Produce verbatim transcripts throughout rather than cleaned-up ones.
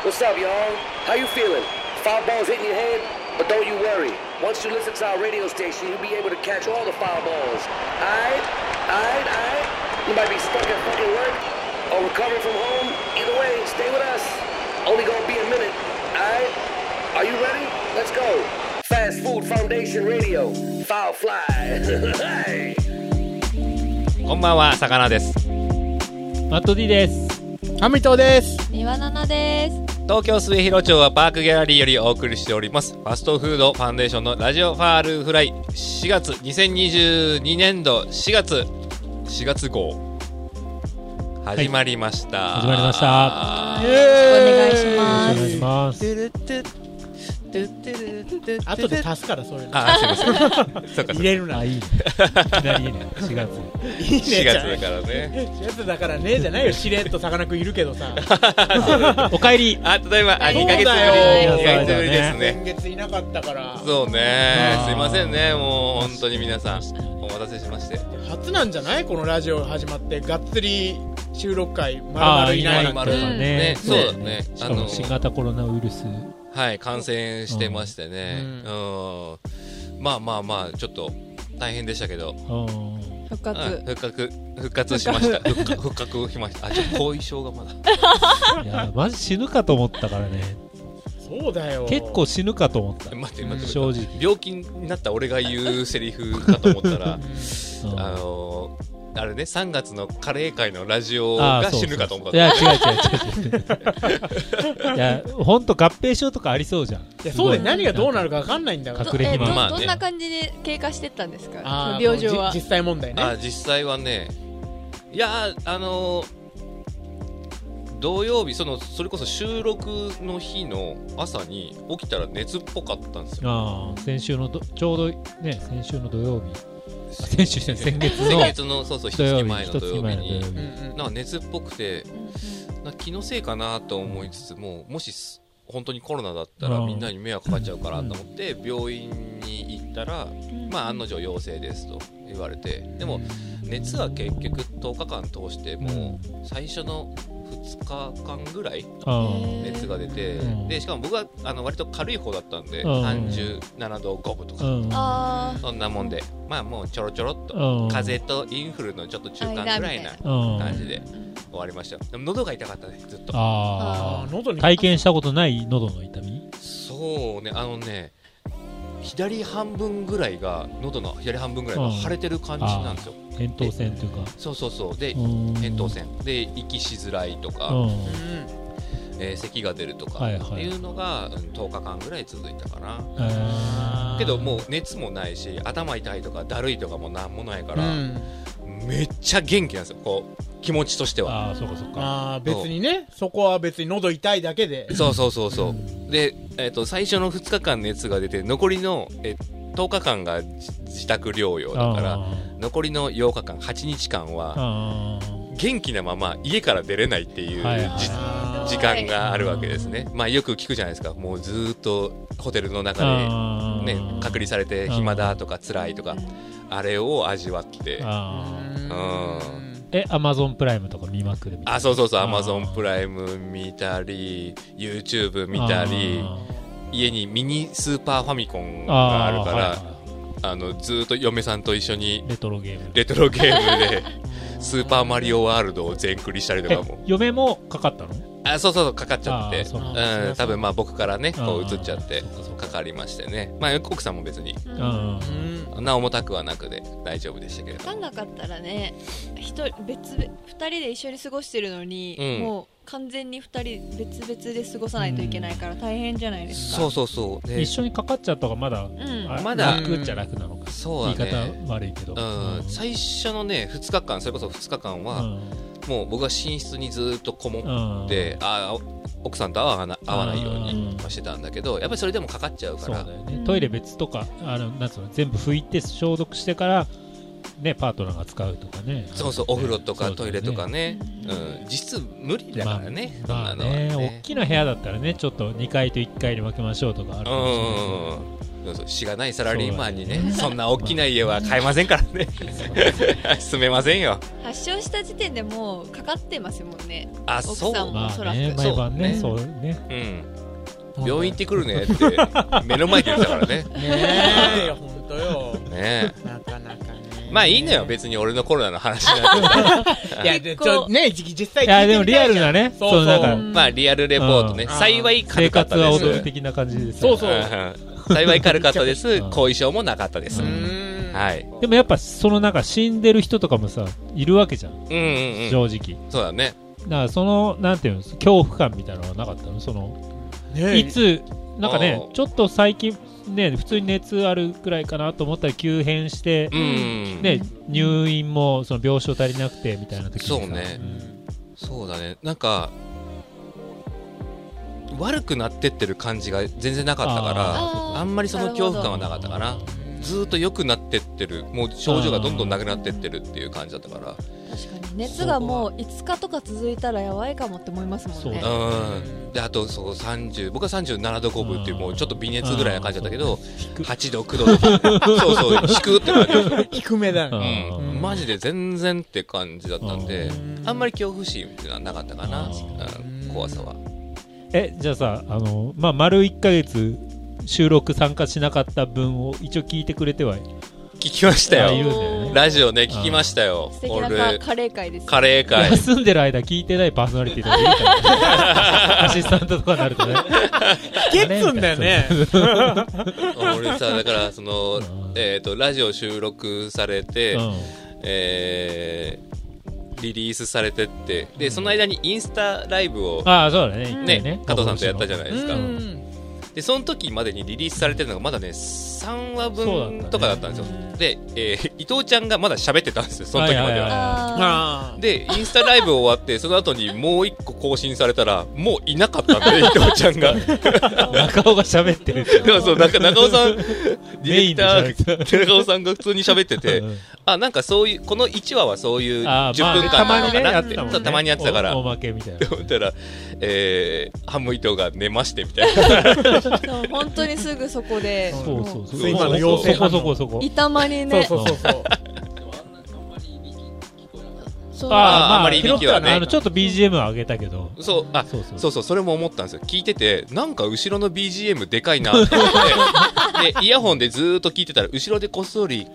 What's up, y'all? How you feeling? Foul balls hitting your head? But don't you worry. Once you listen to our radio station, you'll be able to catch all the foul balls. Alright? Alright? Alright? You might be stuck at fucking work or recovering from home. Either way, stay with us. Only gonna be a minute. Alright? Are you ready? Let's go. Fast Food Foundation Radio. Foul Fly. こんばんは、魚です。 マット D です。 ハミトです。 岩七です。 東京末広町はパークギャラリーよりお送りしておりますファストフードファンデーションのラジオファールフライしがつにせんにじゅうにねんどしがつしがつ号始まりました、 はい、始まりました。 よろしくお願いします。 お願いします。 後で足すからそれ。 あ、すいません。そうか入れるな。 あ、いいね。いきなりいいね。しがつ。 いいね。 しがつだからね。 しがつだからねじゃないよ。しれっとさかなクンいるけどさ。 おかえり。 あ、ただいま。あ、にかげつぶり。にかげつぶりですね。 先月いなかったから。 そうね。すいませんね。もう本当に皆さんお待たせしまして。 初なんじゃないこのラジオ始まってがっつり収録会まるまるいないまるまるね。そうだね。 あの新型コロナウイルス。 はい、感染してましてね、うんうん、まあまあまあちょっと大変でしたけど復活、 うん、復活復活しました復活復活しました。あ、ちょっと後遺症がまだいやマジ死ぬかと思ったからね。 そうだよ、 結構死ぬかと思った。 待って待って、 正直病気になった俺が言うセリフかと思ったらあのーあれね、さんがつのカレー会のラジオが死ぬかと思った。 いや違う違う違う違ういやほんと合併症とかありそうじゃん。いやそうで何がどうなるか分かんないんだから。 隠れ肥満、 まあね、どんな感じで経過してったんですか、 あ病状は。 実際問題ね。 あ、実際はね、いやあのー、土曜日、そのそれこそ収録の日の朝に起きたら熱っぽかったんですよ。 あ、先週のどちょうどね、先週の土曜日、先週先月の先月のそうそう一月前の土曜日になんか熱っぽくて、なんか気のせいかなと思いつつも、もし本当にコロナだったらみんなに迷惑かかっちゃうからと思って病院に行ったら、まあ案の定陽性ですと言われて、でも熱は結局とおかかん通してもう最初のふつかかんぐらい熱が出て、でしかも僕はあの割と軽い方だったんでさんじゅうななどごぶとか、そんなもんで、まあもうちょろちょろっと風邪とインフルのちょっと中間ぐらいな感じで終わりました。でも喉が痛かったね、ずっと。 ああ、喉に体験したことない喉の痛み。 そうね、あのね、左半分ぐらいが喉の左半分ぐらいが腫れてる感じなんですよ。 扁桃腺というか。 そうそうそう。で扁桃腺で息しづらいとか、えー、咳が出るとかっていうのがとおかかんぐらい続いたかな。けどもう熱もないし頭痛いとかだるいとかもなんもないから、うん、めっちゃ元気なんですよ、こう気持ちとしては。 あ、そうかそうか。 あ、別にね、そこは別に喉痛いだけで。 そうそうそうそう、うん、で、えー、と最初のふつかかん熱が出て残りの、えー、とおかかんが自宅療養だから、残りのようかかんはちにちかんは元気なまま家から出れないっていう、はい、時間があるわけですね。まあよく聞くじゃないですか、もうずっとホテルの中で、ね、隔離されて暇だとか辛いとか、あれを味わって、あ、うん、 え、アマゾンプライムとか見まくるみたいな。 あ、そうそうそう、アマゾンプライム見たり YouTube 見たり、家にミニスーパーファミコンがあるから、あ、はいはい、あのずっと嫁さんと一緒にレトロゲームレトロゲームでスーパーマリオワールドを全クリしたりとかも。 嫁もかかったの？ あ、そうそうそう、かかっちゃって、うん、多分まあ僕からねこう移っちゃってかかりましてね。まあ奥さんも別にそんな重たくはなくで大丈夫でしたけれども。 かかんなかったらね、一人別ふたりで一緒に過ごしてるのに、うん、もう完全にふたり別々で過ごさないといけないから大変じゃないですか。 そうそうそう、 一緒にかかっちゃった方がまだ、うん、まだ楽っちゃ楽なのか、そうだね、言い方悪いけど、 うんうん、最初のねふつかかん、それこそふつかかんは、うん、もう僕は寝室にずっとこもって、うん、あ奥さんと会わな、会わないようにしてたんだけど、やっぱりそれでもかかっちゃうから。 そうだよね、トイレ別とかあのなんつうの全部拭いて消毒してからね、パートナーが使うとかね。 そうそう、お風呂とかトイレとかね、うん、実質無理だからね、 まあ、まあね、大きな部屋だったらねちょっとにかいといっかいに分けましょうとかあるかもしれないけど、 そうそうしがないサラリーマンにね、そんな大きな家は買えませんからね住めませんよ。 発症した時点でもうかかってますもんね。 あ、 奥さんもおそらく、 まあね、毎晩ね、そうね、 うん、病院行ってくるねって目の前で言ってたからねねえ本当よねなかなかね。 まあいいのよ別に俺のコロナの話なんていやでちょね実際聞いてみたいじゃん。 いやでもリアルなね、 そうそう、 なんかまあリアルレポートね、幸い軽生かった活はです。 踊り的な感じです。 そうそう。 幸い軽かったです。 うん後遺症もなかったです。はい。 でもやっぱそのなんか死んでる人とかもさいるわけじゃん。 うんうんうん。 正直。 そうだね。 だからそのなんていうの恐怖感みたいなのはなかったの？そのねいつなんかねちょっと最近ね普通に熱あるくらいかなと思ったら急変して、 うん、 ね入院もその病床足りなくてみたいな時にさ。 そうね。うん、そうだね。なんか悪くなってってる感じが全然なかったから あ, あんまりその恐怖感はなかったかな。ずーっと良くなってってる、もう症状がどんどんなくなってってるっていう感じだったから。 確かに熱がもういつかとか続いたらやばいかもって思いますもんね。 うん。であとそうさんじゅう僕はさんじゅうななどごぶっていうもうちょっと微熱ぐらいな感じだったけどはちどくどとかそうそう低って感じ低めだね、うん、マジで全然って感じだったんであんまり恐怖心っていうのはなかったかな、うん、怖さは。 えじゃあさあのまあ丸いっかげつ収録参加しなかった分を一応聞いてくれてはい聞きましたよ、 ね、 ラジオね聞きましたよ。 素敵なカレー会です、ね、 カレー会休んでる間聞いてないパーソナリティとかいるからアシスタントとかになるとね聞けつんだよね俺さだからその、えー、とラジオ収録されて、うんえー、リリースされてってでその間にインスタライブをあそうだねね、 ね加藤さんとやったじゃないですか。 うんでその時までにリリースされてるのがまだねさんわぶんとかだったんですよ、ね、で、えー、伊藤ちゃんがまだ喋ってたんですよその時までは、はい、でインスタライブ終わってその後にもう一個更新されたらもういなかったんで伊藤ちゃんが中尾が喋ってるでもそう中尾さんディレクター中尾さんが普通に喋ってて、うん、あなんかそういうこのいちわはそういうじゅっぷんかんなのかなって、まあねね、たまにやってたからおまけみたいな思ったら、えー、ハム伊藤が寝ましてみたいなそう本当にすぐそこでそうそうそう今の陽性そこそこそこ板間にねそうそうそうそうあああまりいびきはねあのちょっと ビージーエム 上げたけどそうあそうそうそうそうそれも思ったんですよ。聞いててなんか後ろの ビージーエム でかいなって思ってでイヤホンでずーっと聞いてたら後ろでこっそり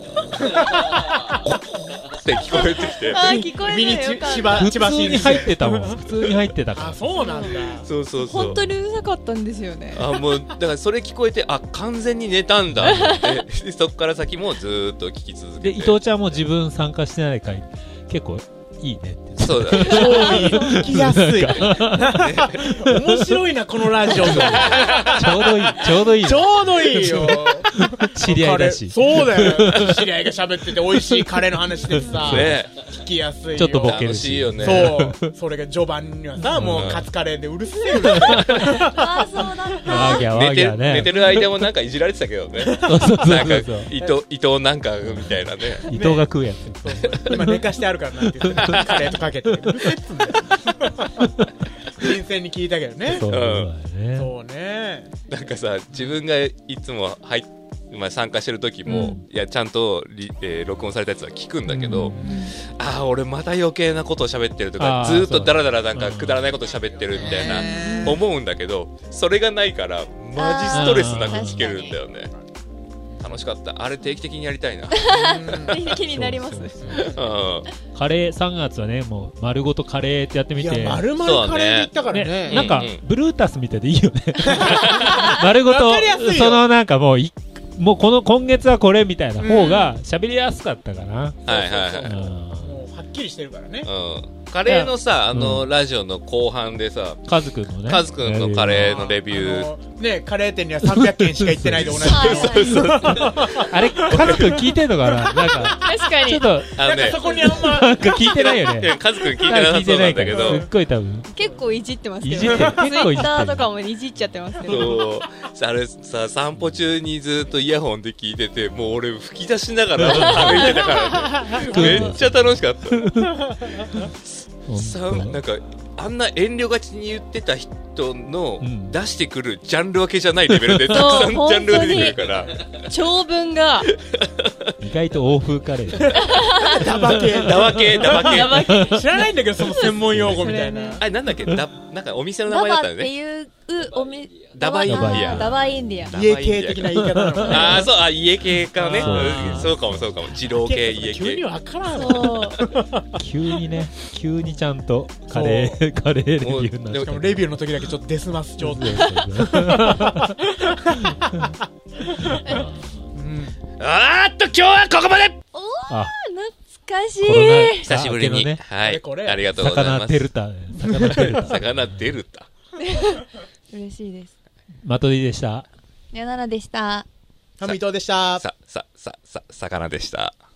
って聞こえてきてあ聞こえてよかった普通に入ってたもん普通に入ってたからあそうなんだそうそうそう本当にうるさかったんですよね。 あもうだからそれ聞こえてあ完全に寝たんだってそっから先もずーっと聞き続けてで伊藤ちゃんも自分参加してない回結構いいねってそうだね超いい聞きやすい面白いなこのラジオちょうどいいちょうどいいちょうどいいよ知り合いだしそうだよ知り合いが喋ってて美味しいカレーの話でさ、 ね、 聞きやすいよちょっとボケるし楽しいよねそうそれが序盤にはさ、うん、もうカツカレーでうるせえよあそうだったわぎゃわぎゃね寝てる間もなんかいじられてたけどねそうそうそうそうなんか伊藤伊藤なんかみたいなね伊藤が食うやつ、 ね、そうそう今寝かしてあるからなんて言ってカレーとかけてうるせえっつんだよ新鮮に聞いたけどねそうだねそうねなんかさ自分がいつも入っまあ、参加してる時も、うん、いやちゃんとリ、えー、録音されたやつは聞くんだけど、うん、ああ俺また余計なことを喋ってるとかずーっとダラダラなんかくだらないことを喋ってるみたいな思うんだけどそれがないからマジストレスなく聞けるんだよね。楽しかったあれ定期的にやりたいな定期的になりますカレーさんがつはねもう丸ごとカレーってやってみていや丸々カレーでいったからね、 ねなんか、うんうん、ブルータスみたいでいいよね丸ごとそのなんかもういもうこの今月はこれみたいな方が喋りやすかったかな、うん、 はいはいはい、 うん、もうはっきりしてるからね、 うんカレーのさあの、うん、ラジオの後半でさカズくんのねカズくんのカレーのレビューねカレー店にはさんびゃっけんしか行ってないで同じそうそうあれカズくん聞いてんのかななんか確かにちょっとあの、ね、 そこにあんまなんか聞いてないよねカズくん聞いてなさそうなんだけどすっごい多分結構いじってますけどいじってる結構いじってるツイッターとかもいじっちゃってますけどそうあれさ散歩中にずっとイヤホンで聞いててもう俺吹き出しながら歩いてたからねめっちゃ楽しかったさなんかあんな遠慮がちに言ってた人の出してくるジャンル分けじゃないレベルでたくさんジャンルが出てくるから長文が意外と欧風カレーダバ系ダバ系ダバ系知らないんだけどその専門用語みたいなあれなんだっけだなんかお店の名前だったよねダバっていうおみダバインディアダバインディア家系的な言い方なのかなああそうあ家系かねうんそうかもそうかも二郎系家系急にわからんそう急にね急にちゃんとカレーカレーレビューになってしかもレビューの時だけちょっとデスマス調であーっと今日はここまでおー懐かしコロナい久しぶりに、 ね、 はいこれこれありがとうございます魚デルタ魚デルタ魚デルタ嬉しいですマトリでしたやならでしたハム伊藤でしたささささ魚でした